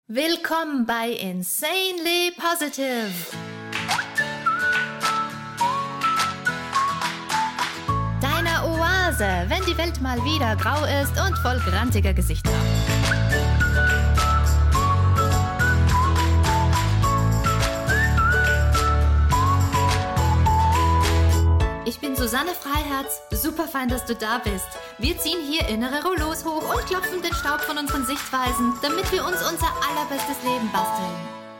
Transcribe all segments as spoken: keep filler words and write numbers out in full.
Willkommen bei Insanely Positive. Deiner Oase, wenn die Welt mal wieder grau ist und voll grantiger Gesichter. Ich bin Susanne Freiherz, super fein, dass du da bist. Wir ziehen hier innere Rollos hoch und klopfen den Staub von unseren Sichtweisen, damit wir uns unser allerbestes Leben basteln.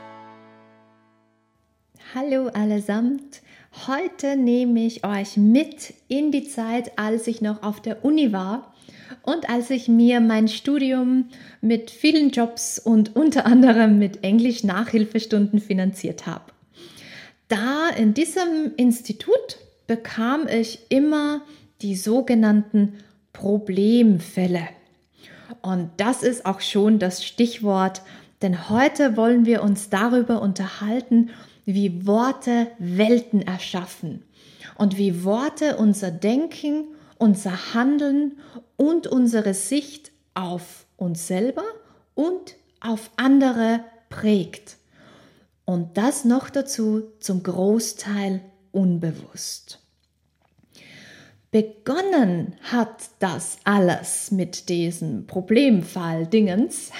Hallo allesamt, heute nehme ich euch mit in die Zeit, als ich noch auf der Uni war und als ich mir mein Studium mit vielen Jobs und unter anderem mit Englisch-Nachhilfestunden finanziert habe. Da in diesem Institut bekam ich immer die sogenannten Problemfälle. Und das ist auch schon das Stichwort, denn heute wollen wir uns darüber unterhalten, wie Worte Welten erschaffen und wie Worte unser Denken, unser Handeln und unsere Sicht auf uns selber und auf andere prägt. Und das noch dazu zum Großteil unbewusst. Begonnen hat das alles mit diesem Problemfall-Dingens.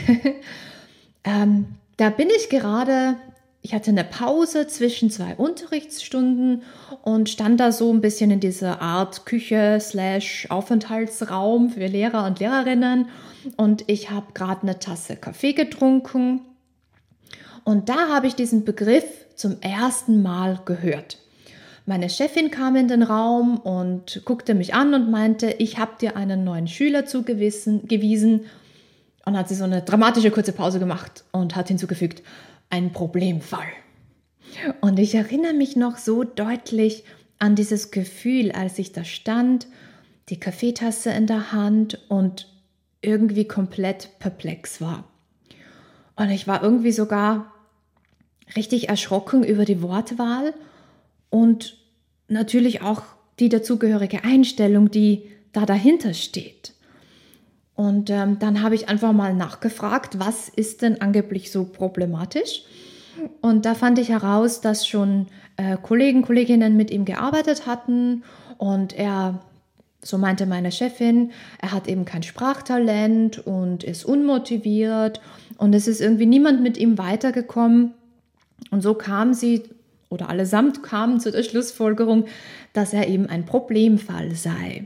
ähm, da bin ich gerade, ich hatte eine Pause zwischen zwei Unterrichtsstunden und stand da so ein bisschen in dieser Art Küche slash Aufenthaltsraum für Lehrer und Lehrerinnen und ich habe gerade eine Tasse Kaffee getrunken und da habe ich diesen Begriff zum ersten Mal gehört. Meine Chefin kam in den Raum und guckte mich an und meinte, ich habe dir einen neuen Schüler zugewiesen gewiesen. Und hat sie so eine dramatische kurze Pause gemacht und hat hinzugefügt, ein Problemfall. Und ich erinnere mich noch so deutlich an dieses Gefühl, als ich da stand, die Kaffeetasse in der Hand und irgendwie komplett perplex war. Und ich war irgendwie sogar richtig erschrocken über die Wortwahl und natürlich auch die dazugehörige Einstellung, die da dahinter steht. Und ähm, dann habe ich einfach mal nachgefragt, was ist denn angeblich so problematisch? Und da fand ich heraus, dass schon äh, Kollegen, Kolleginnen mit ihm gearbeitet hatten und er, so meinte meine Chefin, er hat eben kein Sprachtalent und ist unmotiviert und es ist irgendwie niemand mit ihm weitergekommen. Und so kam sie oder allesamt kamen zu der Schlussfolgerung, dass er eben ein Problemfall sei.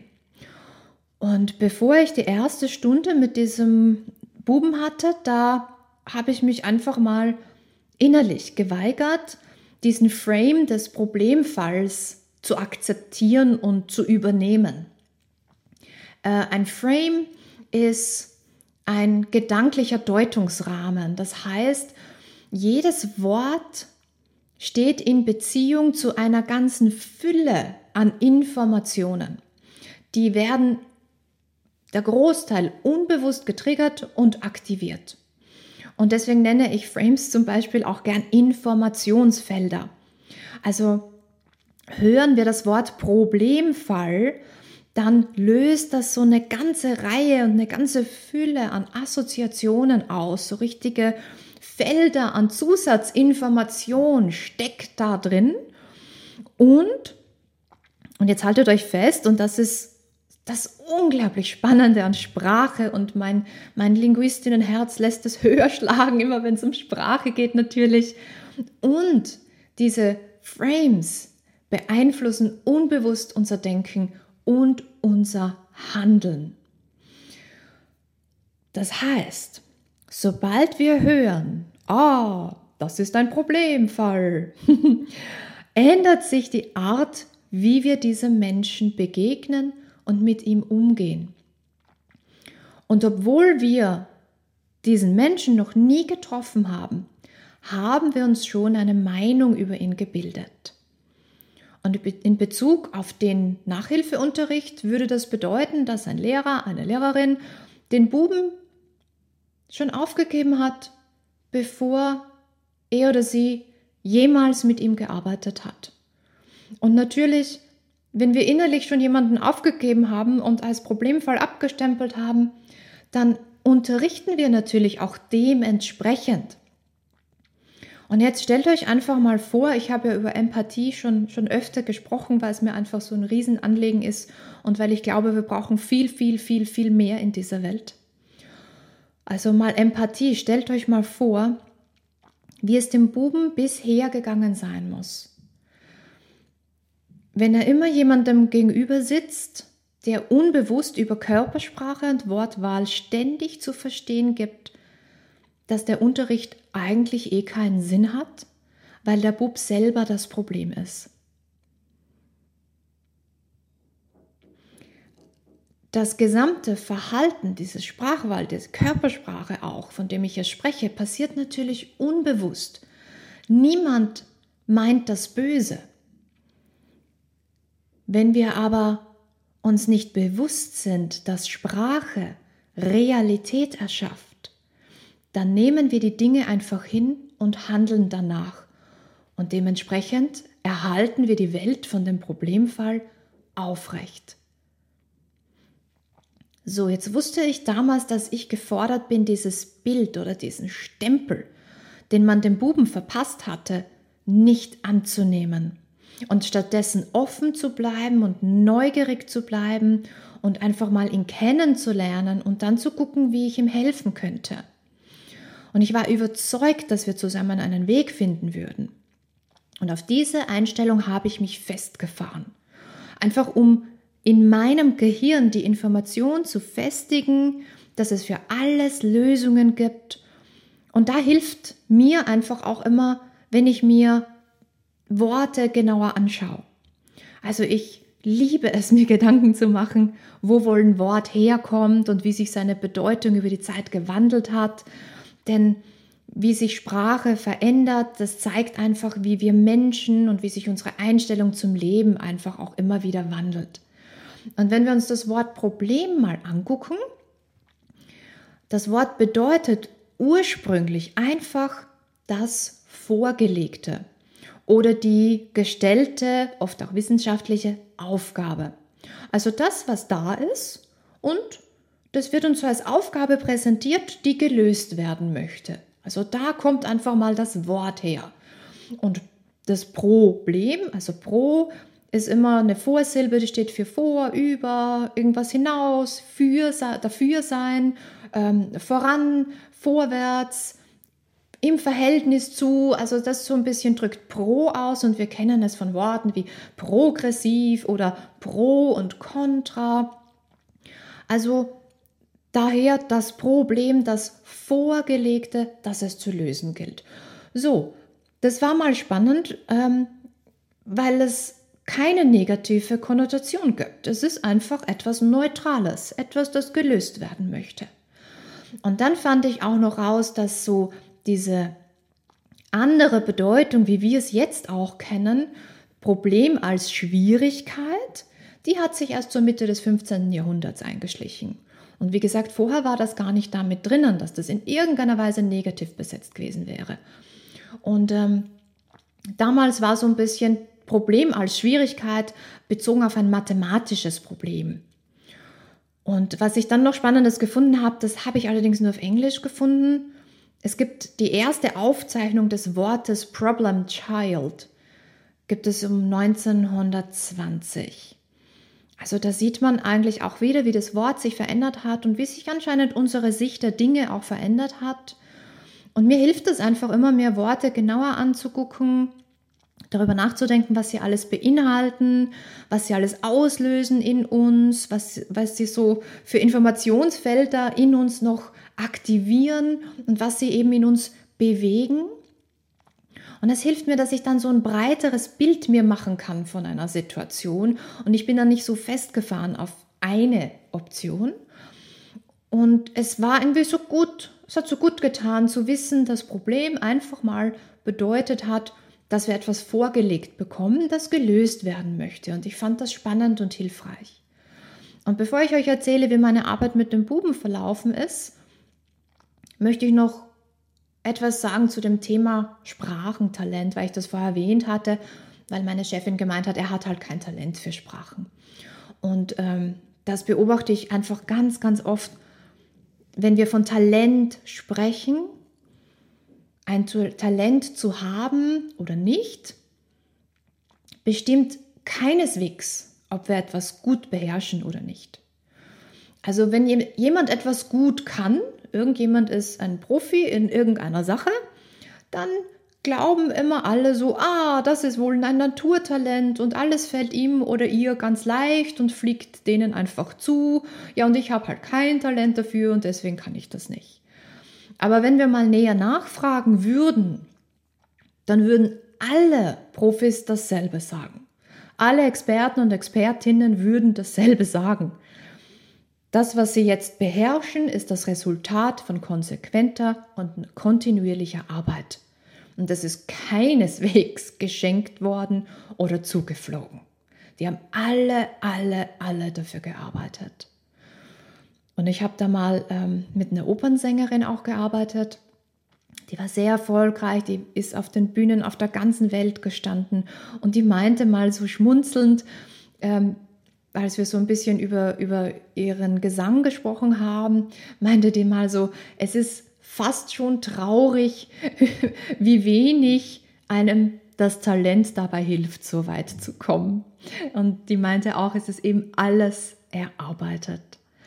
Und bevor ich die erste Stunde mit diesem Buben hatte, da habe ich mich einfach mal innerlich geweigert, diesen Frame des Problemfalls zu akzeptieren und zu übernehmen. Äh, ein Frame ist ein gedanklicher Deutungsrahmen. Das heißt, jedes Wort steht in Beziehung zu einer ganzen Fülle an Informationen. Die werden der Großteil unbewusst getriggert und aktiviert. Und deswegen nenne ich Frames zum Beispiel auch gern Informationsfelder. Also hören wir das Wort Problemfall, dann löst das so eine ganze Reihe und eine ganze Fülle an Assoziationen aus, so richtige Felder an Zusatzinformation steckt da drin und, und jetzt haltet euch fest, und das ist das unglaublich Spannende an Sprache und mein, mein Linguistinnenherz lässt es höher schlagen, immer wenn es um Sprache geht natürlich. Und diese Frames beeinflussen unbewusst unser Denken und unser Handeln. Das heißt, sobald wir hören, ah, das ist ein Problemfall, ändert sich die Art, wie wir diesem Menschen begegnen und mit ihm umgehen. Und obwohl wir diesen Menschen noch nie getroffen haben, haben wir uns schon eine Meinung über ihn gebildet. Und in Bezug auf den Nachhilfeunterricht würde das bedeuten, dass ein Lehrer, eine Lehrerin den Buben schon aufgegeben hat, bevor er oder sie jemals mit ihm gearbeitet hat. Und natürlich, wenn wir innerlich schon jemanden aufgegeben haben und als Problemfall abgestempelt haben, dann unterrichten wir natürlich auch dementsprechend. Und jetzt stellt euch einfach mal vor, ich habe ja über Empathie schon, schon öfter gesprochen, weil es mir einfach so ein Riesenanliegen ist und weil ich glaube, wir brauchen viel, viel, viel, viel mehr in dieser Welt. Also mal Empathie, stellt euch mal vor, wie es dem Buben bisher gegangen sein muss. Wenn er immer jemandem gegenüber sitzt, der unbewusst über Körpersprache und Wortwahl ständig zu verstehen gibt, dass der Unterricht eigentlich eh keinen Sinn hat, weil der Bub selber das Problem ist. Das gesamte Verhalten, diese Sprachwahl, diese Körpersprache auch, von dem ich jetzt spreche, passiert natürlich unbewusst. Niemand meint das Böse. Wenn wir aber uns nicht bewusst sind, dass Sprache Realität erschafft, dann nehmen wir die Dinge einfach hin und handeln danach. Und dementsprechend erhalten wir die Welt von dem Problemfall aufrecht. So, jetzt wusste ich damals, dass ich gefordert bin, dieses Bild oder diesen Stempel, den man dem Buben verpasst hatte, nicht anzunehmen und stattdessen offen zu bleiben und neugierig zu bleiben und einfach mal ihn kennenzulernen und dann zu gucken, wie ich ihm helfen könnte. Und ich war überzeugt, dass wir zusammen einen Weg finden würden. Und auf diese Einstellung habe ich mich festgefahren. Einfach um in meinem Gehirn die Information zu festigen, dass es für alles Lösungen gibt. Und da hilft mir einfach auch immer, wenn ich mir Worte genauer anschaue. Also ich liebe es, mir Gedanken zu machen, wo wohl ein Wort herkommt und wie sich seine Bedeutung über die Zeit gewandelt hat. Denn wie sich Sprache verändert, das zeigt einfach, wie wir Menschen und wie sich unsere Einstellung zum Leben einfach auch immer wieder wandelt. Und wenn wir uns das Wort Problem mal angucken, das Wort bedeutet ursprünglich einfach das Vorgelegte oder die gestellte, oft auch wissenschaftliche Aufgabe. Also das, was da ist, und das wird uns so als Aufgabe präsentiert, die gelöst werden möchte. Also da kommt einfach mal das Wort her. Und das Problem, also pro, ist immer eine Vorsilbe, die steht für vor, über, irgendwas hinaus, für, dafür sein, ähm, voran, vorwärts, im Verhältnis zu, also das so ein bisschen drückt pro aus und wir kennen es von Worten wie progressiv oder pro und contra. Also daher das Problem, das Vorgelegte, das es zu lösen gilt. So, das war mal spannend, ähm, weil es keine negative Konnotation gibt. Es ist einfach etwas Neutrales, etwas, das gelöst werden möchte. Und dann fand ich auch noch raus, dass so diese andere Bedeutung, wie wir es jetzt auch kennen, Problem als Schwierigkeit, die hat sich erst zur Mitte des fünfzehnten Jahrhunderts eingeschlichen. Und wie gesagt, vorher war das gar nicht damit drinnen, dass das in irgendeiner Weise negativ besetzt gewesen wäre. Und ähm, damals war so ein bisschen Problem als Schwierigkeit bezogen auf ein mathematisches Problem. Und was ich dann noch Spannendes gefunden habe, das habe ich allerdings nur auf Englisch gefunden. Es gibt die erste Aufzeichnung des Wortes Problem Child, gibt es um neunzehnhundertzwanzig. Also da sieht man eigentlich auch wieder, wie das Wort sich verändert hat und wie sich anscheinend unsere Sicht der Dinge auch verändert hat. Und mir hilft es einfach immer mehr, Worte genauer anzugucken, darüber nachzudenken, was sie alles beinhalten, was sie alles auslösen in uns, was, was sie so für Informationsfelder in uns noch aktivieren und was sie eben in uns bewegen. Und das hilft mir, dass ich dann so ein breiteres Bild mir machen kann von einer Situation und ich bin dann nicht so festgefahren auf eine Option. Und es war irgendwie so gut, es hat so gut getan zu wissen, das Problem einfach mal bedeutet hat, dass wir etwas vorgelegt bekommen, das gelöst werden möchte. Und ich fand das spannend und hilfreich. Und bevor ich euch erzähle, wie meine Arbeit mit dem Buben verlaufen ist, möchte ich noch etwas sagen zu dem Thema Sprachentalent, weil ich das vorher erwähnt hatte, weil meine Chefin gemeint hat, er hat halt kein Talent für Sprachen. Und ähm, das beobachte ich einfach ganz, ganz oft. wenn wir von Talent sprechen, ein Talent zu haben oder nicht, bestimmt keineswegs, ob wir etwas gut beherrschen oder nicht. Also wenn jemand etwas gut kann, irgendjemand ist ein Profi in irgendeiner Sache, dann glauben immer alle so, ah, das ist wohl ein Naturtalent und alles fällt ihm oder ihr ganz leicht und fliegt denen einfach zu. Ja, und ich habe halt kein Talent dafür und deswegen kann ich das nicht. Aber wenn wir mal näher nachfragen würden, dann würden alle Profis dasselbe sagen. Alle Experten und Expertinnen würden dasselbe sagen. Das, was sie jetzt beherrschen, ist das Resultat von konsequenter und kontinuierlicher Arbeit. Und das ist keineswegs geschenkt worden oder zugeflogen. Die haben alle, alle, alle dafür gearbeitet. Und ich habe da mal ähm, mit einer Opernsängerin auch gearbeitet. Die war sehr erfolgreich, die ist auf den Bühnen auf der ganzen Welt gestanden. Und die meinte mal so schmunzelnd, ähm, als wir so ein bisschen über, über ihren Gesang gesprochen haben, meinte die mal so, es ist fast schon traurig, wie wenig einem das Talent dabei hilft, so weit zu kommen. Und die meinte auch, es ist eben alles erarbeitet.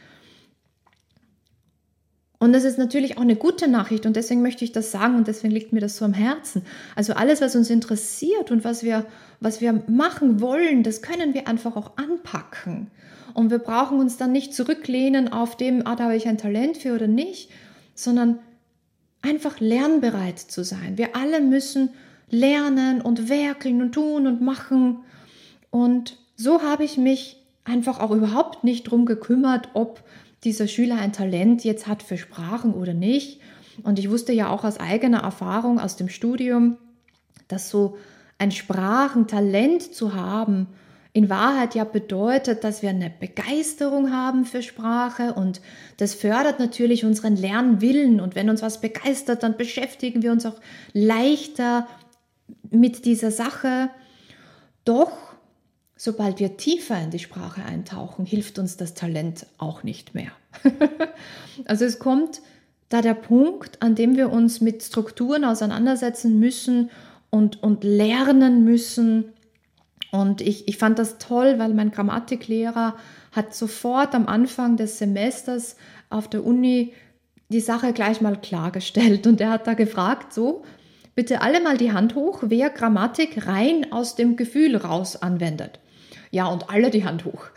Und das ist natürlich auch eine gute Nachricht und deswegen möchte ich das sagen und deswegen liegt mir das so am Herzen. Also alles, was uns interessiert und was wir, was wir machen wollen, das können wir einfach auch anpacken. Und wir brauchen uns dann nicht zurücklehnen auf dem, ah, da habe ich ein Talent für oder nicht, sondern einfach lernbereit zu sein. Wir alle müssen lernen und werkeln und tun und machen. Und so habe ich mich einfach auch überhaupt nicht drum gekümmert, ob dieser Schüler ein Talent jetzt hat für Sprachen oder nicht. Und ich wusste ja auch aus eigener Erfahrung aus dem Studium, dass so ein Sprachentalent zu haben in Wahrheit ja bedeutet, dass wir eine Begeisterung haben für Sprache und das fördert natürlich unseren Lernwillen. Und wenn uns was begeistert, dann beschäftigen wir uns auch leichter mit dieser Sache. Doch sobald wir tiefer in die Sprache eintauchen, hilft uns das Talent auch nicht mehr. Also es kommt da der Punkt, an dem wir uns mit Strukturen auseinandersetzen müssen und, und lernen müssen. Und ich, ich fand das toll, weil mein Grammatiklehrer hat sofort am Anfang des Semesters auf der Uni die Sache gleich mal klargestellt. Und er hat da gefragt, so, bitte alle mal die Hand hoch, wer Grammatik rein aus dem Gefühl raus anwendet. Ja, und alle die Hand hoch.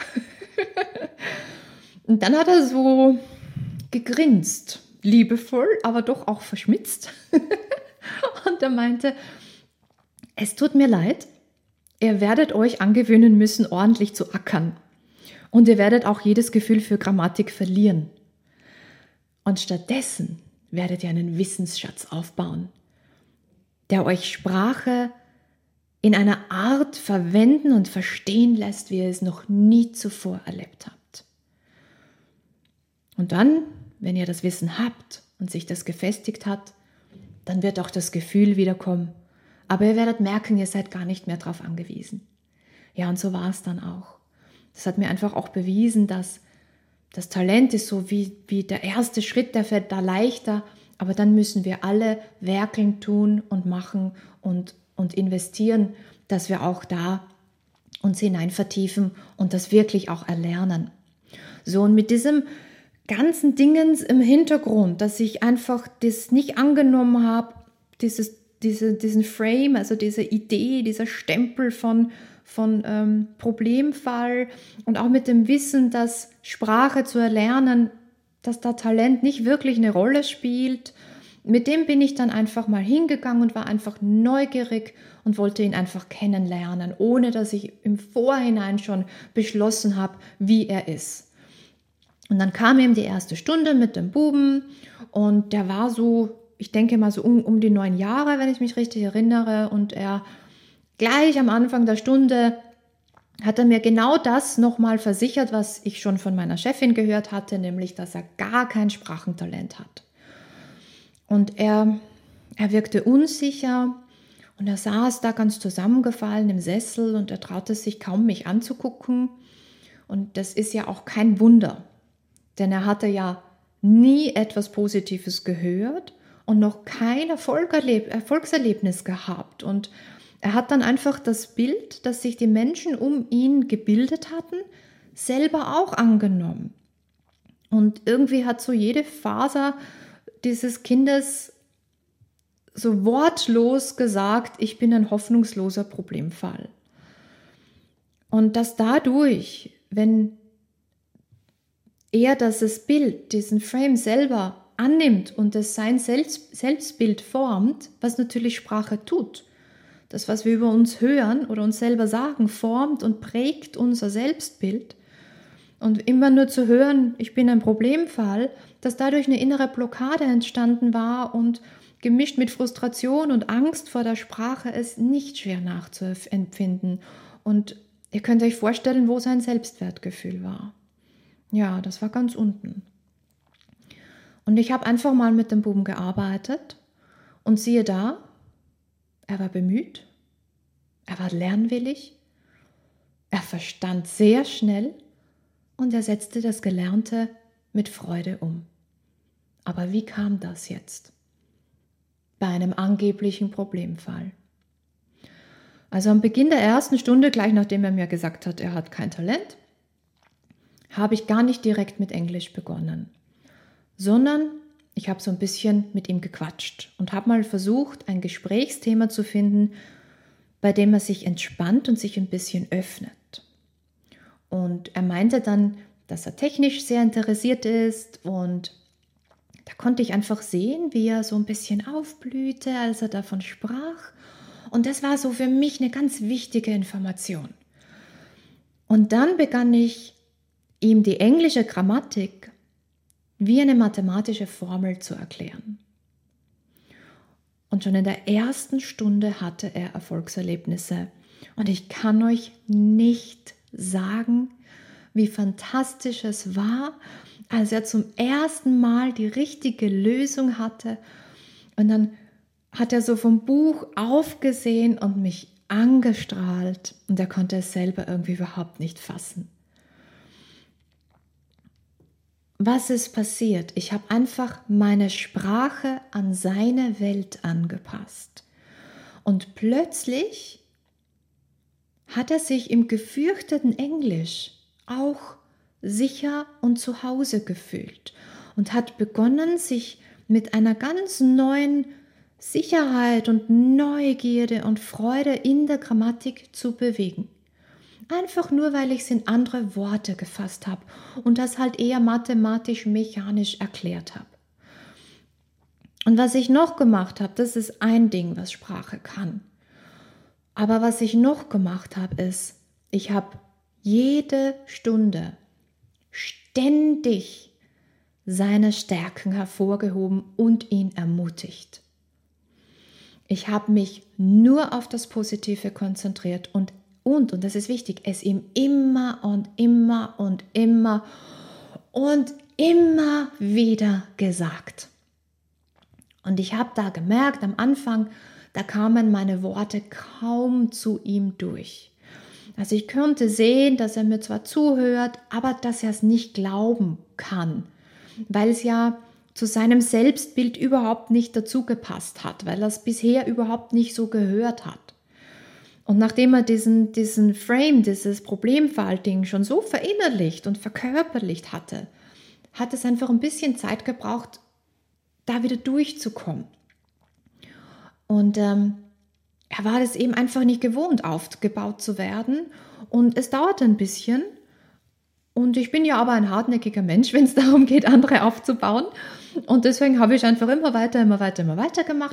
Und dann hat er so gegrinst, liebevoll, aber doch auch verschmitzt. Und er meinte, es tut mir leid, ihr werdet euch angewöhnen müssen, ordentlich zu ackern. Und ihr werdet auch jedes Gefühl für Grammatik verlieren. Und stattdessen werdet ihr einen Wissensschatz aufbauen, der euch Sprache in einer Art verwenden und verstehen lässt, wie ihr es noch nie zuvor erlebt habt. Und dann, wenn ihr das Wissen habt und sich das gefestigt hat, dann wird auch das Gefühl wiederkommen. Aber ihr werdet merken, ihr seid gar nicht mehr darauf angewiesen. Ja, und so war es dann auch. Das hat mir einfach auch bewiesen, dass das Talent ist so wie, wie der erste Schritt, der fällt da leichter, aber dann müssen wir alle werkeln, tun und machen und und investieren, dass wir auch da uns hinein vertiefen und das wirklich auch erlernen. So, und mit diesem ganzen Dingens im Hintergrund, dass ich einfach das nicht angenommen habe, dieses, diese, diesen Frame, also diese Idee, dieser Stempel von, von ähm, Problemfall und auch mit dem Wissen, dass Sprache zu erlernen, dass da Talent nicht wirklich eine Rolle spielt. Mit dem bin ich dann einfach mal hingegangen und war einfach neugierig und wollte ihn einfach kennenlernen, ohne dass ich im Vorhinein schon beschlossen habe, wie er ist. Und dann kam eben die erste Stunde mit dem Buben und der war so, ich denke mal so um, um die neun Jahre, wenn ich mich richtig erinnere. Und er gleich am Anfang der Stunde hat er mir genau das nochmal versichert, was ich schon von meiner Chefin gehört hatte, nämlich, dass er gar kein Sprachentalent hat. Und er, er wirkte unsicher und er saß da ganz zusammengefallen im Sessel und er traute sich kaum, mich anzugucken. Und das ist ja auch kein Wunder, denn er hatte ja nie etwas Positives gehört und noch kein Erfolgerleb- Erfolgserlebnis gehabt. Und er hat dann einfach das Bild, das sich die Menschen um ihn gebildet hatten, selber auch angenommen. Und irgendwie hat so jede Faser dieses Kindes so wortlos gesagt, ich bin ein hoffnungsloser Problemfall. Und dass dadurch, wenn er das Bild, diesen Frame selber annimmt und es sein Selbst, Selbstbild formt, was natürlich Sprache tut, das, was wir über uns hören oder uns selber sagen, formt und prägt unser Selbstbild. Und immer nur zu hören, ich bin ein Problemfall, dass dadurch eine innere Blockade entstanden war und gemischt mit Frustration und Angst vor der Sprache ist nicht schwer nachzuempfinden. Und ihr könnt euch vorstellen, wo sein Selbstwertgefühl war. Ja, das war ganz unten. Und ich habe einfach mal mit dem Buben gearbeitet und siehe da, er war bemüht, er war lernwillig, er verstand sehr schnell und er setzte das Gelernte mit Freude um. Aber wie kam das jetzt? Bei einem angeblichen Problemfall. Also am Beginn der ersten Stunde, gleich nachdem er mir gesagt hat, er hat kein Talent, habe ich gar nicht direkt mit Englisch begonnen, sondern ich habe so ein bisschen mit ihm gequatscht und habe mal versucht, ein Gesprächsthema zu finden, bei dem er sich entspannt und sich ein bisschen öffnet. Und er meinte dann, dass er technisch sehr interessiert ist und da konnte ich einfach sehen, wie er so ein bisschen aufblühte, als er davon sprach. Und das war so für mich eine ganz wichtige Information. Und dann begann ich, ihm die englische Grammatik wie eine mathematische Formel zu erklären. Und schon in der ersten Stunde hatte er Erfolgserlebnisse. Und ich kann euch nicht sagen, wie fantastisch es war, als er zum ersten Mal die richtige Lösung hatte. Und dann hat er so vom Buch aufgesehen und mich angestrahlt. Und er konnte es selber irgendwie überhaupt nicht fassen. Was ist passiert? Ich habe einfach meine Sprache an seine Welt angepasst. Und plötzlich hat er sich im gefürchteten Englisch auch sicher und zu Hause gefühlt und hat begonnen, sich mit einer ganz neuen Sicherheit und Neugierde und Freude in der Grammatik zu bewegen. Einfach nur, weil ich es in andere Worte gefasst habe und das halt eher mathematisch-mechanisch erklärt habe. Und was ich noch gemacht habe, das ist ein Ding, was Sprache kann. Aber was ich noch gemacht habe, ist, ich habe jede Stunde ständig seine Stärken hervorgehoben und ihn ermutigt. Ich habe mich nur auf das Positive konzentriert und Und, und das ist wichtig, es ihm immer und immer und immer und immer wieder gesagt. Und ich habe da gemerkt, am Anfang, da kamen meine Worte kaum zu ihm durch. Also ich konnte sehen, dass er mir zwar zuhört, aber dass er es nicht glauben kann, weil es ja zu seinem Selbstbild überhaupt nicht dazu gepasst hat, weil er es bisher überhaupt nicht so gehört hat. Und nachdem er diesen, diesen Frame, dieses Problemfall-Ding schon so verinnerlicht und verkörperlicht hatte, hat es einfach ein bisschen Zeit gebraucht, da wieder durchzukommen. Und ähm, er war das eben einfach nicht gewohnt, aufgebaut zu werden. Und es dauerte ein bisschen. Und ich bin ja aber ein hartnäckiger Mensch, wenn es darum geht, andere aufzubauen. Und deswegen habe ich einfach immer weiter, immer weiter, immer weiter gemacht.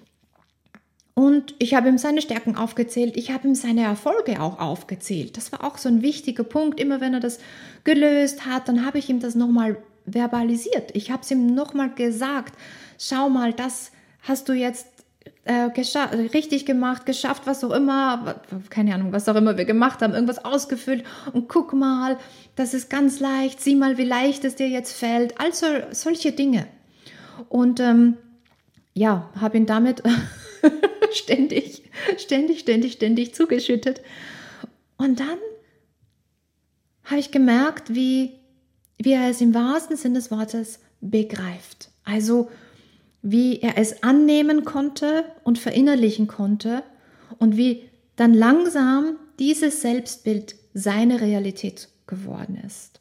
Und ich habe ihm seine Stärken aufgezählt, ich habe ihm seine Erfolge auch aufgezählt. Das war auch so ein wichtiger Punkt. Immer wenn er das gelöst hat, dann habe ich ihm das nochmal verbalisiert. Ich habe es ihm nochmal gesagt. Schau mal, das hast du jetzt äh, gescha- richtig gemacht, geschafft, was auch immer, keine Ahnung, was auch immer wir gemacht haben, irgendwas ausgefüllt. Und guck mal, das ist ganz leicht. Sieh mal, wie leicht es dir jetzt fällt. Also solche Dinge. Und ähm, ja, habe ihn damit ständig, ständig, ständig, ständig zugeschüttet. Und dann habe ich gemerkt, wie, wie er es im wahrsten Sinne des Wortes begreift. Also wie er es annehmen konnte und verinnerlichen konnte und wie dann langsam dieses Selbstbild seine Realität geworden ist.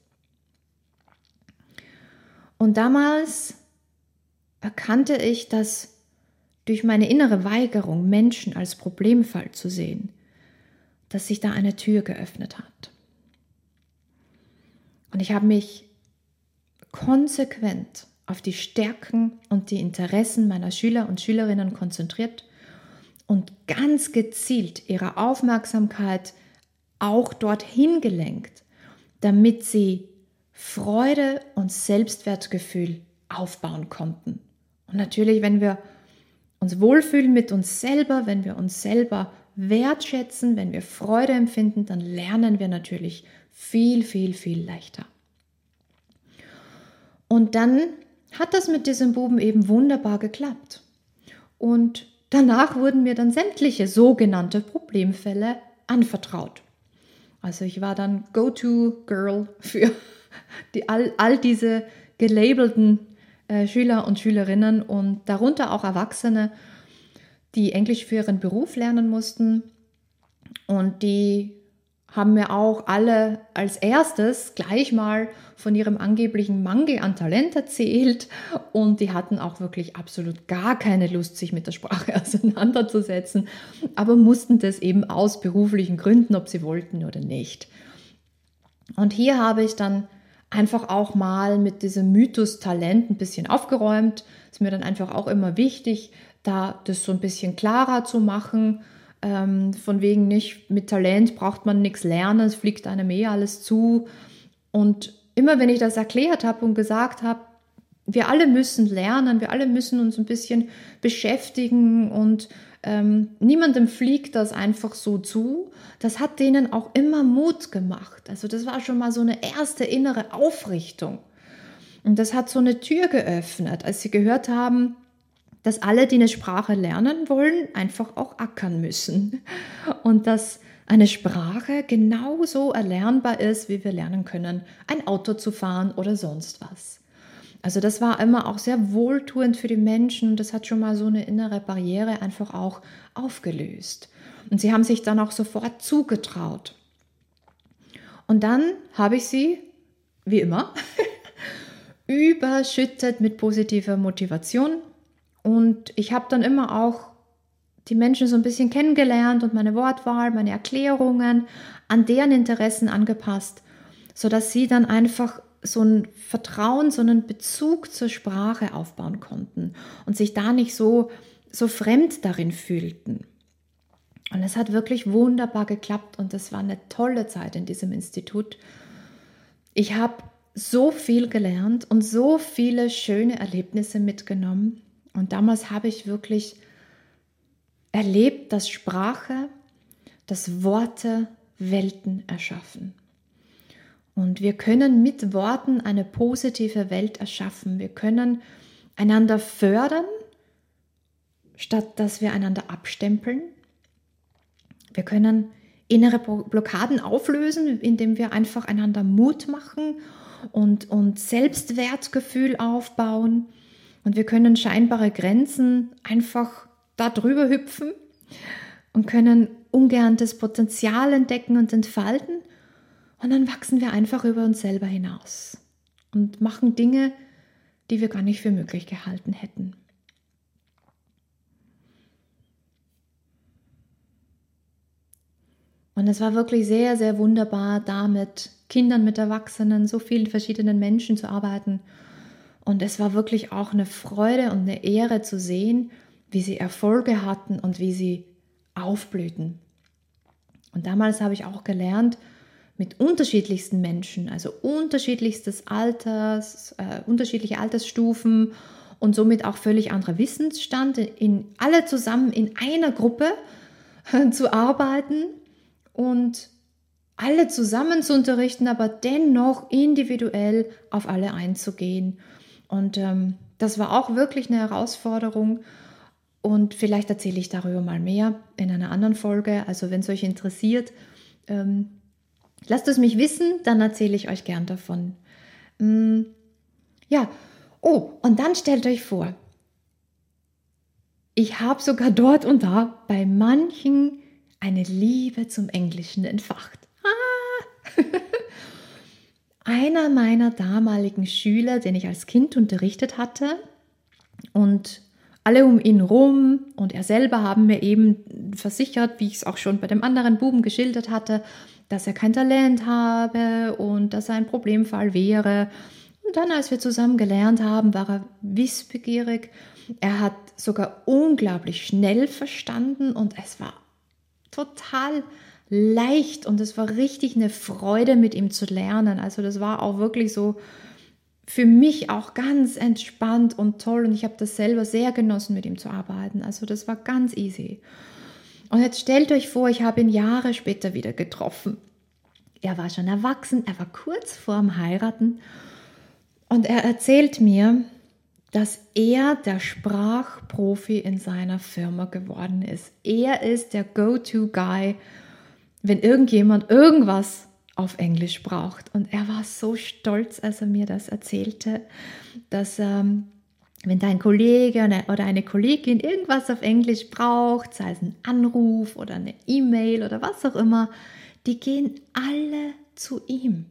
Und damals erkannte ich, dass durch meine innere Weigerung, Menschen als Problemfall zu sehen, dass sich da eine Tür geöffnet hat. Und ich habe mich konsequent auf die Stärken und die Interessen meiner Schüler und Schülerinnen konzentriert und ganz gezielt ihre Aufmerksamkeit auch dorthin gelenkt, damit sie Freude und Selbstwertgefühl aufbauen konnten. Und natürlich, wenn wir uns wohlfühlen mit uns selber, wenn wir uns selber wertschätzen, wenn wir Freude empfinden, dann lernen wir natürlich viel, viel, viel leichter. Und dann hat das mit diesem Buben eben wunderbar geklappt. Und danach wurden mir dann sämtliche sogenannte Problemfälle anvertraut. Also ich war dann Go-To-Girl für die, all, all diese gelabelten äh, Schüler und Schülerinnen und darunter auch Erwachsene, die Englisch für ihren Beruf lernen mussten. Und die haben mir auch alle als erstes gleich mal von ihrem angeblichen Mangel an Talent erzählt und die hatten auch wirklich absolut gar keine Lust, sich mit der Sprache auseinanderzusetzen, aber mussten das eben aus beruflichen Gründen, ob sie wollten oder nicht. Und hier habe ich dann einfach auch mal mit diesem Mythos Talent ein bisschen aufgeräumt. Ist mir dann einfach auch immer wichtig, da das so ein bisschen klarer zu machen. Ähm, von wegen nicht, mit Talent braucht man nichts lernen, es fliegt einem eh alles zu. Und immer wenn ich das erklärt habe und gesagt habe, wir alle müssen lernen, wir alle müssen uns ein bisschen beschäftigen und ähm, niemandem fliegt das einfach so zu, das hat denen auch immer Mut gemacht. Also das war schon mal so eine erste innere Aufrichtung. Und das hat so eine Tür geöffnet, als sie gehört haben, dass alle, die eine Sprache lernen wollen, einfach auch ackern müssen. Und dass eine Sprache genauso erlernbar ist, wie wir lernen können, ein Auto zu fahren oder sonst was. Also das war immer auch sehr wohltuend für die Menschen. Das hat schon mal so eine innere Barriere einfach auch aufgelöst. Und sie haben sich dann auch sofort zugetraut. Und dann habe ich sie, wie immer, überschüttet mit positiver Motivation. Und ich habe dann immer auch die Menschen so ein bisschen kennengelernt und meine Wortwahl, meine Erklärungen an deren Interessen angepasst, sodass sie dann einfach so ein Vertrauen, so einen Bezug zur Sprache aufbauen konnten und sich da nicht so, so fremd darin fühlten. Und es hat wirklich wunderbar geklappt und es war eine tolle Zeit in diesem Institut. Ich habe so viel gelernt und so viele schöne Erlebnisse mitgenommen. Und damals habe ich wirklich erlebt, dass Sprache, dass Worte Welten erschaffen. Und wir können mit Worten eine positive Welt erschaffen. Wir können einander fördern, statt dass wir einander abstempeln. Wir können innere Blockaden auflösen, indem wir einfach einander Mut machen und, und Selbstwertgefühl aufbauen. Und wir können scheinbare Grenzen einfach da drüber hüpfen und können ungeahntes Potenzial entdecken und entfalten. Und dann wachsen wir einfach über uns selber hinaus und machen Dinge, die wir gar nicht für möglich gehalten hätten. Und es war wirklich sehr, sehr wunderbar, da mit Kindern, mit Erwachsenen, so vielen verschiedenen Menschen zu arbeiten. Und es war wirklich auch eine Freude und eine Ehre zu sehen, wie sie Erfolge hatten und wie sie aufblühten. Und damals habe ich auch gelernt, mit unterschiedlichsten Menschen, also unterschiedlichstes Alters, äh, unterschiedliche Altersstufen und somit auch völlig anderer Wissensstand, in alle zusammen in einer Gruppe äh, zu arbeiten und alle zusammen zu unterrichten, aber dennoch individuell auf alle einzugehen. Und ähm, das war auch wirklich eine Herausforderung. Und vielleicht erzähle ich darüber mal mehr in einer anderen Folge. Also wenn es euch interessiert, ähm, lasst es mich wissen, dann erzähle ich euch gern davon. Ähm, ja, Oh, und dann stellt euch vor, ich habe sogar dort und da bei manchen eine Liebe zum Englischen entfacht. Ah. Einer meiner damaligen Schüler, den ich als Kind unterrichtet hatte, und alle um ihn rum und er selber haben mir eben versichert, wie ich es auch schon bei dem anderen Buben geschildert hatte, dass er kein Talent habe und dass er ein Problemfall wäre. Und dann, als wir zusammen gelernt haben, war er wissbegierig. Er hat sogar unglaublich schnell verstanden und es war total leicht und es war richtig eine Freude, mit ihm zu lernen. Also das war auch wirklich so für mich auch ganz entspannt und toll und ich habe das selber sehr genossen, mit ihm zu arbeiten. Also das war ganz easy. Und jetzt stellt euch vor, ich habe ihn Jahre später wieder getroffen. Er war schon erwachsen, er war kurz vorm Heiraten und er erzählt mir, dass er der Sprachprofi in seiner Firma geworden ist. Er ist der Go-To-Guy, wenn irgendjemand irgendwas auf Englisch braucht. Und er war so stolz, als er mir das erzählte, dass ähm, wenn dein Kollege oder eine Kollegin irgendwas auf Englisch braucht, sei es ein Anruf oder eine E-Mail oder was auch immer, die gehen alle zu ihm.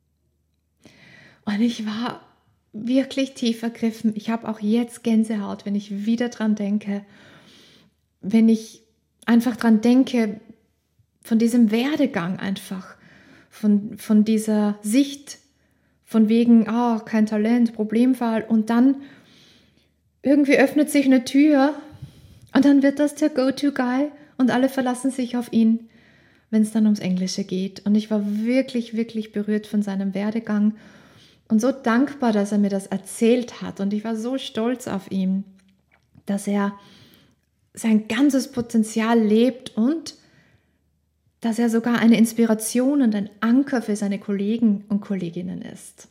Und ich war wirklich tief ergriffen. Ich habe auch jetzt Gänsehaut, wenn ich wieder dran denke, wenn ich einfach dran denke, von diesem Werdegang einfach, von, von dieser Sicht, von wegen, ah, oh, kein Talent, Problemfall und dann irgendwie öffnet sich eine Tür und dann wird das der Go-To-Guy und alle verlassen sich auf ihn, wenn es dann ums Englische geht. Und ich war wirklich, wirklich berührt von seinem Werdegang und so dankbar, dass er mir das erzählt hat. Und ich war so stolz auf ihn, dass er sein ganzes Potenzial lebt und dass er sogar eine Inspiration und ein Anker für seine Kollegen und Kolleginnen ist.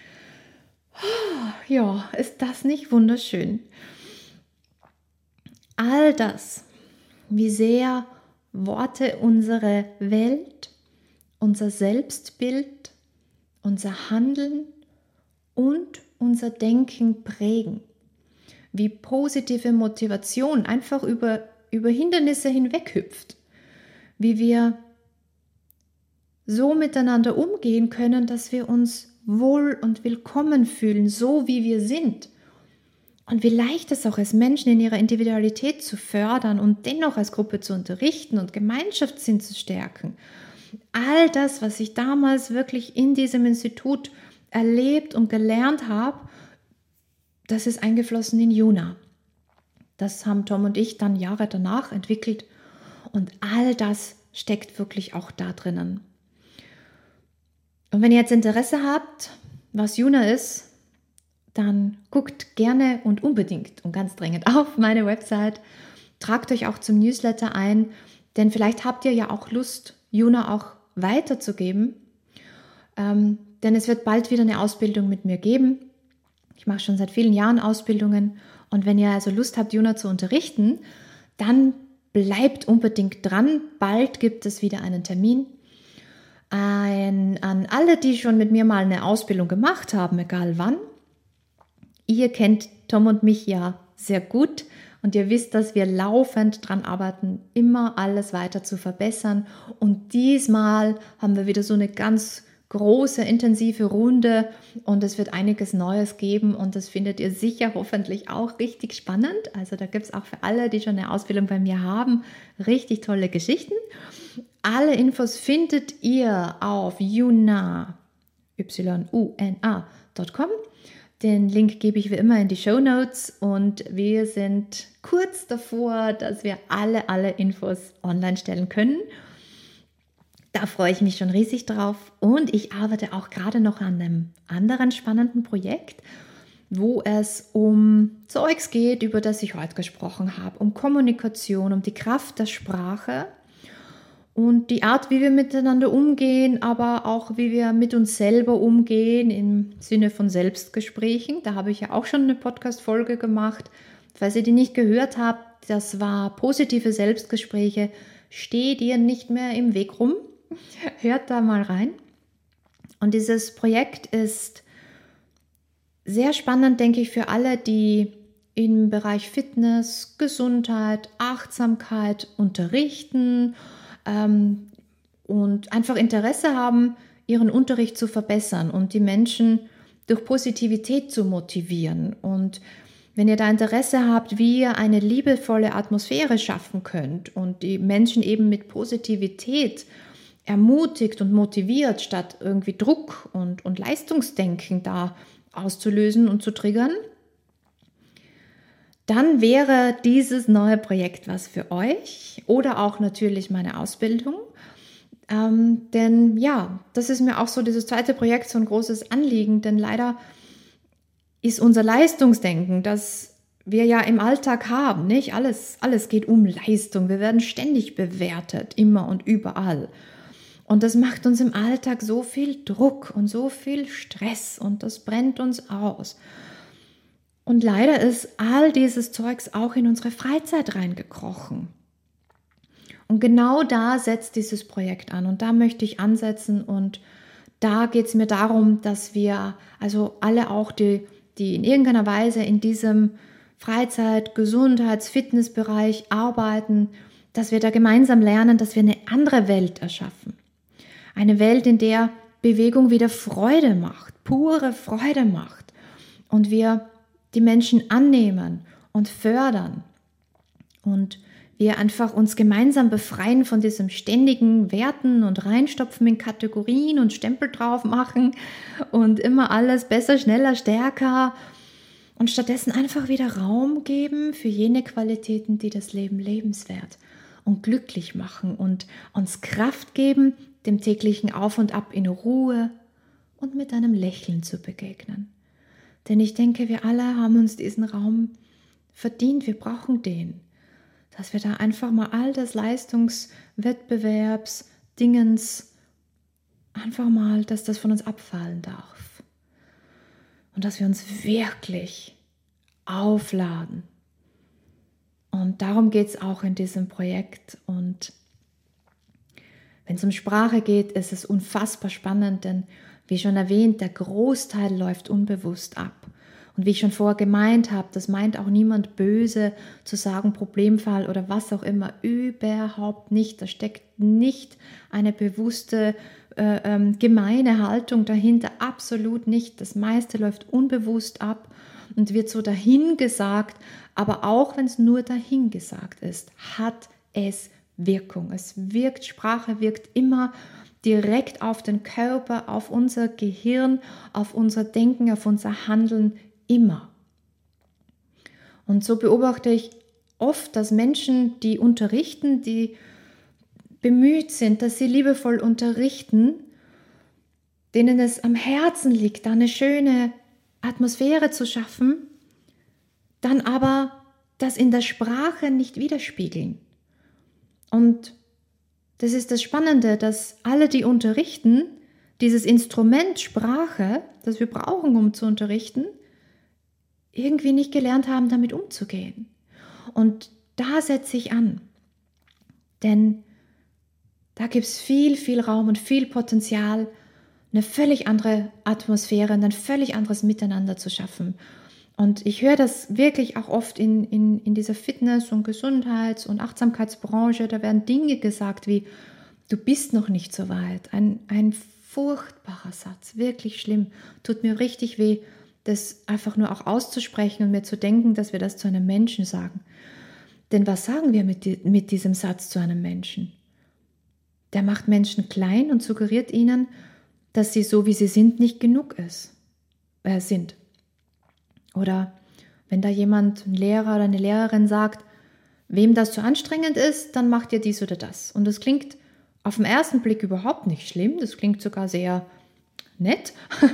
Ja, ist das nicht wunderschön? All das, wie sehr Worte unsere Welt, unser Selbstbild, unser Handeln und unser Denken prägen. Wie positive Motivation einfach über, über Hindernisse hinweghüpft. Wie wir so miteinander umgehen können, dass wir uns wohl und willkommen fühlen, so wie wir sind. Und wie leicht es auch ist, Menschen in ihrer Individualität zu fördern und dennoch als Gruppe zu unterrichten und Gemeinschaftssinn zu stärken. All das, was ich damals wirklich in diesem Institut erlebt und gelernt habe, das ist eingeflossen in Juna. Das haben Tom und ich dann Jahre danach entwickelt. Und all das steckt wirklich auch da drinnen. Und wenn ihr jetzt Interesse habt, was Juna ist, dann guckt gerne und unbedingt und ganz dringend auf meine Website. Tragt euch auch zum Newsletter ein, denn vielleicht habt ihr ja auch Lust, Juna auch weiterzugeben. Ähm, denn es wird bald wieder eine Ausbildung mit mir geben. Ich mache schon seit vielen Jahren Ausbildungen. Und wenn ihr also Lust habt, Juna zu unterrichten, dann bleibt unbedingt dran, bald gibt es wieder einen Termin. Ein, an alle, die schon mit mir mal eine Ausbildung gemacht haben, egal wann. Ihr kennt Tom und mich ja sehr gut und ihr wisst, dass wir laufend dran arbeiten, immer alles weiter zu verbessern. Und diesmal haben wir wieder so eine ganz große, intensive Runde und es wird einiges Neues geben und das findet ihr sicher hoffentlich auch richtig spannend. Also da gibt es auch für alle, die schon eine Ausbildung bei mir haben, richtig tolle Geschichten. Alle Infos findet ihr auf juna, y u n a Punkt com. Den Link gebe ich wie immer in die Shownotes und wir sind kurz davor, dass wir alle, alle Infos online stellen können. Da freue ich mich schon riesig drauf und ich arbeite auch gerade noch an einem anderen spannenden Projekt, wo es um Zeugs geht, über das ich heute gesprochen habe, um Kommunikation, um die Kraft der Sprache und die Art, wie wir miteinander umgehen, aber auch wie wir mit uns selber umgehen im Sinne von Selbstgesprächen. Da habe ich ja auch schon eine Podcast-Folge gemacht. Falls ihr die nicht gehört habt, das war positive Selbstgespräche. Steh dir nicht mehr im Weg rum. Hört da mal rein. Und dieses Projekt ist sehr spannend, denke ich, für alle, die im Bereich Fitness, Gesundheit, Achtsamkeit unterrichten ähm, und einfach Interesse haben, ihren Unterricht zu verbessern und die Menschen durch Positivität zu motivieren. Und wenn ihr da Interesse habt, wie ihr eine liebevolle Atmosphäre schaffen könnt und die Menschen eben mit Positivität ermutigt und motiviert, statt irgendwie Druck und, und Leistungsdenken da auszulösen und zu triggern, dann wäre dieses neue Projekt was für euch oder auch natürlich meine Ausbildung. Ähm, denn ja, das ist mir auch so dieses zweite Projekt so ein großes Anliegen, denn leider ist unser Leistungsdenken, das wir ja im Alltag haben, nicht? Alles, alles geht um Leistung. Wir werden ständig bewertet, immer und überall. Und das macht uns im Alltag so viel Druck und so viel Stress und das brennt uns aus. Und leider ist all dieses Zeugs auch in unsere Freizeit reingekrochen. Und genau da setzt dieses Projekt an und da möchte ich ansetzen und da geht es mir darum, dass wir, also alle auch, die, die in irgendeiner Weise in diesem Freizeit-, Gesundheits-, Fitnessbereich arbeiten, dass wir da gemeinsam lernen, dass wir eine andere Welt erschaffen. Eine Welt, in der Bewegung wieder Freude macht, pure Freude macht und wir die Menschen annehmen und fördern und wir einfach uns gemeinsam befreien von diesem ständigen Werten und Reinstopfen in Kategorien und Stempel drauf machen und immer alles besser, schneller, stärker und stattdessen einfach wieder Raum geben für jene Qualitäten, die das Leben lebenswert und glücklich machen und uns Kraft geben, dem täglichen Auf und Ab in Ruhe und mit einem Lächeln zu begegnen. Denn ich denke, wir alle haben uns diesen Raum verdient, wir brauchen den. Dass wir da einfach mal all das Leistungswettbewerbs, Dingens, einfach mal, dass das von uns abfallen darf. Und dass wir uns wirklich aufladen. Und darum geht es auch in diesem Projekt. Und wenn es um Sprache geht, ist es unfassbar spannend, denn wie schon erwähnt, der Großteil läuft unbewusst ab. Und wie ich schon vorher gemeint habe, das meint auch niemand böse zu sagen, Problemfall oder was auch immer, überhaupt nicht. Da steckt nicht eine bewusste, äh, ähm, gemeine Haltung dahinter, absolut nicht. Das meiste läuft unbewusst ab und wird so dahingesagt, aber auch wenn es nur dahingesagt ist, hat es Wirkung. Es wirkt, Sprache wirkt immer direkt auf den Körper, auf unser Gehirn, auf unser Denken, auf unser Handeln, immer. Und so beobachte ich oft, dass Menschen, die unterrichten, die bemüht sind, dass sie liebevoll unterrichten, denen es am Herzen liegt, da eine schöne Atmosphäre zu schaffen, dann aber das in der Sprache nicht widerspiegeln. Und das ist das Spannende, dass alle, die unterrichten, dieses Instrument Sprache, das wir brauchen, um zu unterrichten, irgendwie nicht gelernt haben, damit umzugehen. Und da setze ich an. Denn da gibt es viel, viel Raum und viel Potenzial, eine völlig andere Atmosphäre und ein völlig anderes Miteinander zu schaffen. Und ich höre das wirklich auch oft in, in, in dieser Fitness- und Gesundheits- und Achtsamkeitsbranche. Da werden Dinge gesagt wie, du bist noch nicht so weit. Ein, ein furchtbarer Satz, wirklich schlimm. Tut mir richtig weh, das einfach nur auch auszusprechen und mir zu denken, dass wir das zu einem Menschen sagen. Denn was sagen wir mit, die, mit diesem Satz zu einem Menschen? Der macht Menschen klein und suggeriert ihnen, dass sie so, wie sie sind, nicht genug ist, äh, sind. Oder wenn da jemand, ein Lehrer oder eine Lehrerin sagt, wem das zu anstrengend ist, dann macht ihr dies oder das. Und das klingt auf den ersten Blick überhaupt nicht schlimm, das klingt sogar sehr nett.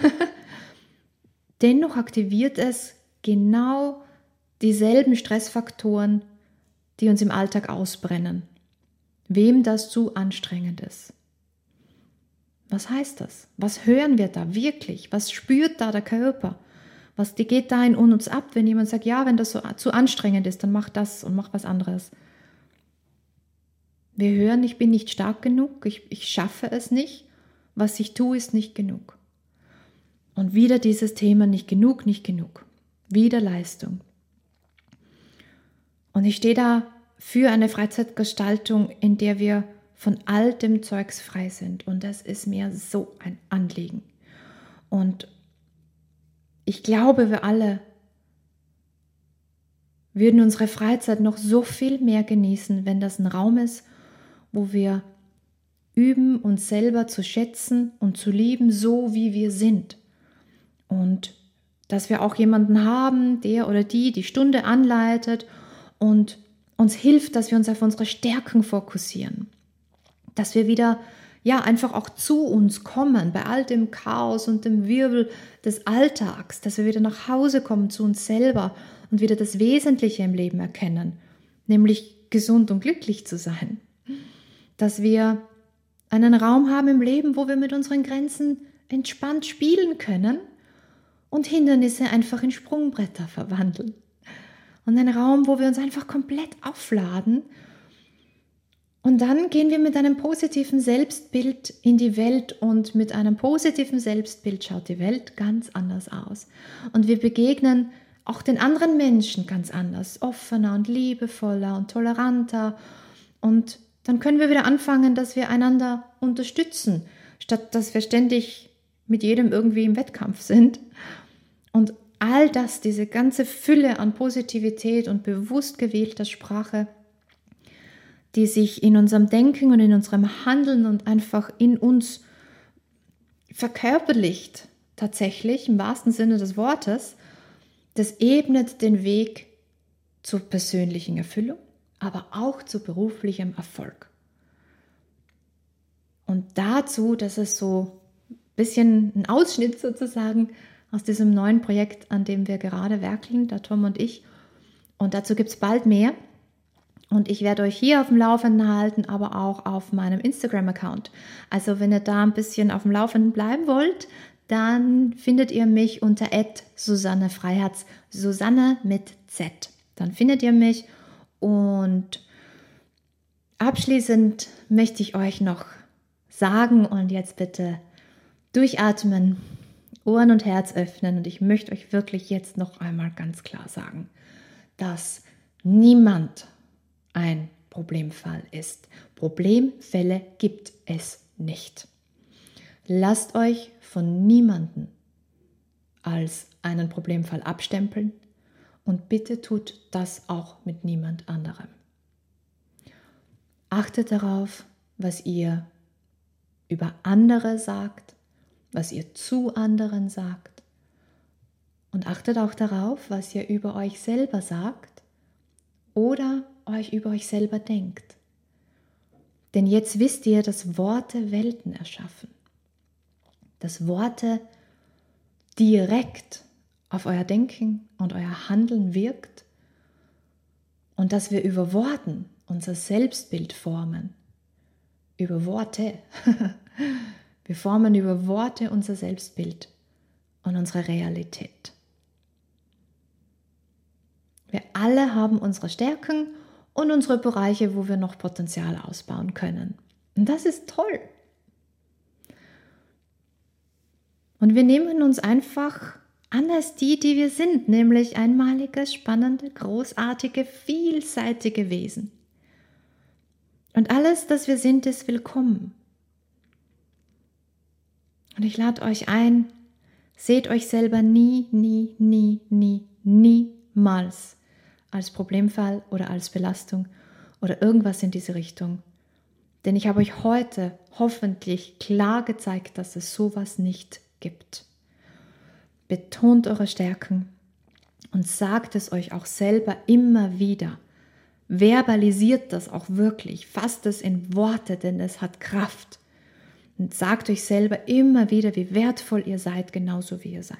Dennoch aktiviert es genau dieselben Stressfaktoren, die uns im Alltag ausbrennen. Wem das zu anstrengend ist. Was heißt das? Was hören wir da wirklich? Was spürt da der Körper? Was geht da in uns ab, wenn jemand sagt, ja, wenn das so zu anstrengend ist, dann mach das und mach was anderes. Wir hören, ich bin nicht stark genug, ich, ich schaffe es nicht, was ich tue, ist nicht genug. Und wieder dieses Thema, nicht genug, nicht genug. Wieder Leistung. Und ich stehe da für eine Freizeitgestaltung, in der wir von all dem Zeugs frei sind. Und das ist mir so ein Anliegen. Und ich glaube, wir alle würden unsere Freizeit noch so viel mehr genießen, wenn das ein Raum ist, wo wir üben, uns selber zu schätzen und zu lieben, so wie wir sind. Und dass wir auch jemanden haben, der oder die die Stunde anleitet und uns hilft, dass wir uns auf unsere Stärken fokussieren. Dass wir wieder, ja, einfach auch zu uns kommen, bei all dem Chaos und dem Wirbel des Alltags, dass wir wieder nach Hause kommen zu uns selber und wieder das Wesentliche im Leben erkennen, nämlich gesund und glücklich zu sein. Dass wir einen Raum haben im Leben, wo wir mit unseren Grenzen entspannt spielen können und Hindernisse einfach in Sprungbretter verwandeln. Und einen Raum, wo wir uns einfach komplett aufladen. Und dann gehen wir mit einem positiven Selbstbild in die Welt und mit einem positiven Selbstbild schaut die Welt ganz anders aus. Und wir begegnen auch den anderen Menschen ganz anders, offener und liebevoller und toleranter. Und dann können wir wieder anfangen, dass wir einander unterstützen, statt dass wir ständig mit jedem irgendwie im Wettkampf sind. Und all das, diese ganze Fülle an Positivität und bewusst gewählter Sprache, die sich in unserem Denken und in unserem Handeln und einfach in uns verkörperlicht, tatsächlich im wahrsten Sinne des Wortes, das ebnet den Weg zur persönlichen Erfüllung, aber auch zu beruflichem Erfolg. Und dazu, das ist so ein bisschen ein Ausschnitt sozusagen aus diesem neuen Projekt, an dem wir gerade werkeln, der Tom und ich. Und dazu gibt es bald mehr. Und ich werde euch hier auf dem Laufenden halten, aber auch auf meinem Instagram-Account. Also wenn ihr da ein bisschen auf dem Laufenden bleiben wollt, dann findet ihr mich unter at Susanne Freiherz, Susanne mit Z. Dann findet ihr mich. Und abschließend möchte ich euch noch sagen und jetzt bitte durchatmen, Ohren und Herz öffnen. Und ich möchte euch wirklich jetzt noch einmal ganz klar sagen, dass niemand ein Problemfall ist. Problemfälle gibt es nicht. Lasst euch von niemandem als einen Problemfall abstempeln und bitte tut das auch mit niemand anderem. Achtet darauf, was ihr über andere sagt, was ihr zu anderen sagt und achtet auch darauf, was ihr über euch selber sagt oder euch über euch selber denkt. Denn jetzt wisst ihr, dass Worte Welten erschaffen. Dass Worte direkt auf euer Denken und euer Handeln wirkt und dass wir über Worten unser Selbstbild formen. Über Worte. Wir formen über Worte unser Selbstbild und unsere Realität. Wir alle haben unsere Stärken und unsere Bereiche, wo wir noch Potenzial ausbauen können. Und das ist toll. Und wir nehmen uns einfach an als die, die wir sind, nämlich einmalige, spannende, großartige, vielseitige Wesen. Und alles, das wir sind, ist willkommen. Und ich lade euch ein, seht euch selber nie, nie, nie, nie, niemals als Problemfall oder als Belastung oder irgendwas in diese Richtung. Denn ich habe euch heute hoffentlich klar gezeigt, dass es sowas nicht gibt. Betont eure Stärken und sagt es euch auch selber immer wieder. Verbalisiert das auch wirklich, fasst es in Worte, denn es hat Kraft. Und sagt euch selber immer wieder, wie wertvoll ihr seid, genauso wie ihr seid.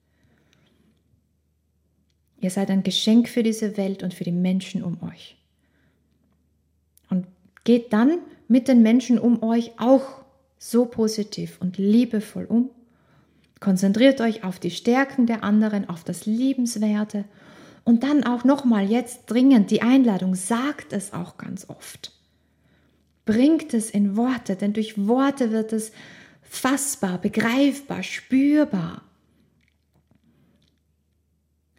Ihr seid ein Geschenk für diese Welt und für die Menschen um euch. Und geht dann mit den Menschen um euch auch so positiv und liebevoll um. Konzentriert euch auf die Stärken der anderen, auf das Liebenswerte. Und dann auch nochmal jetzt dringend die Einladung, sagt es auch ganz oft. Bringt es in Worte, denn durch Worte wird es fassbar, begreifbar, spürbar.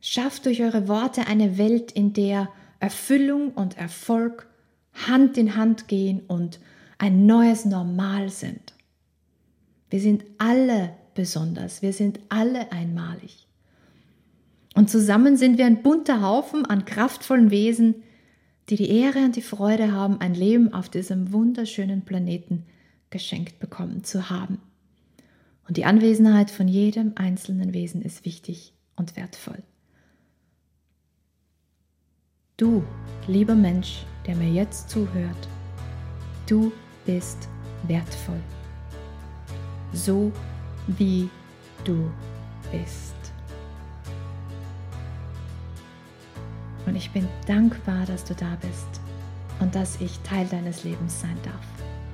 Schafft durch eure Worte eine Welt, in der Erfüllung und Erfolg Hand in Hand gehen und ein neues Normal sind. Wir sind alle besonders, wir sind alle einmalig. Und zusammen sind wir ein bunter Haufen an kraftvollen Wesen, die die Ehre und die Freude haben, ein Leben auf diesem wunderschönen Planeten geschenkt bekommen zu haben. Und die Anwesenheit von jedem einzelnen Wesen ist wichtig und wertvoll. Du, lieber Mensch, der mir jetzt zuhört, du bist wertvoll. So wie du bist. Und ich bin dankbar, dass du da bist und dass ich Teil deines Lebens sein darf.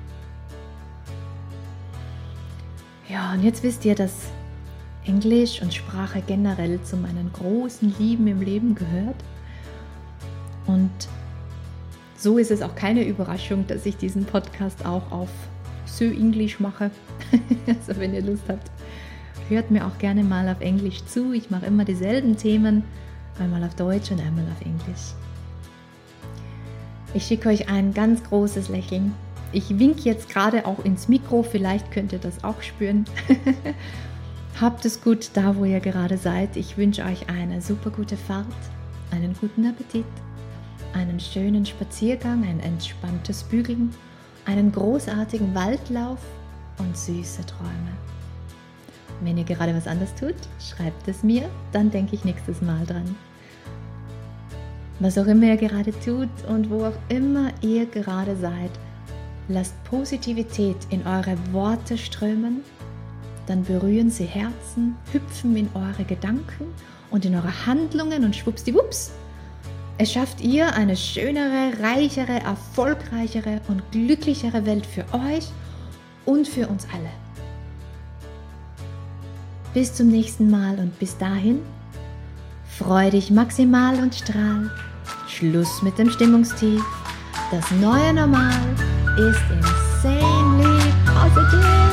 Ja, und jetzt wisst ihr, dass Englisch und Sprache generell zu meinen großen Lieben im Leben gehört. Und so ist es auch keine Überraschung, dass ich diesen Podcast auch auf Sö-Englisch mache. Also wenn ihr Lust habt, hört mir auch gerne mal auf Englisch zu. Ich mache immer dieselben Themen, einmal auf Deutsch und einmal auf Englisch. Ich schicke euch ein ganz großes Lächeln. Ich winke jetzt gerade auch ins Mikro, vielleicht könnt ihr das auch spüren. Habt es gut da, wo ihr gerade seid. Ich wünsche euch eine super gute Fahrt, einen guten Appetit, einen schönen Spaziergang, ein entspanntes Bügeln, einen großartigen Waldlauf und süße Träume. Wenn ihr gerade was anderes tut, schreibt es mir, dann denke ich nächstes Mal dran. Was auch immer ihr gerade tut und wo auch immer ihr gerade seid, lasst Positivität in eure Worte strömen, dann berühren sie Herzen, hüpfen in eure Gedanken und in eure Handlungen und schwuppsdiwupps. Es schafft ihr eine schönere, reichere, erfolgreichere und glücklichere Welt für euch und für uns alle. Bis zum nächsten Mal und bis dahin, freu dich maximal und strahl. Schluss mit dem Stimmungstief. Das neue Normal ist insanely positive.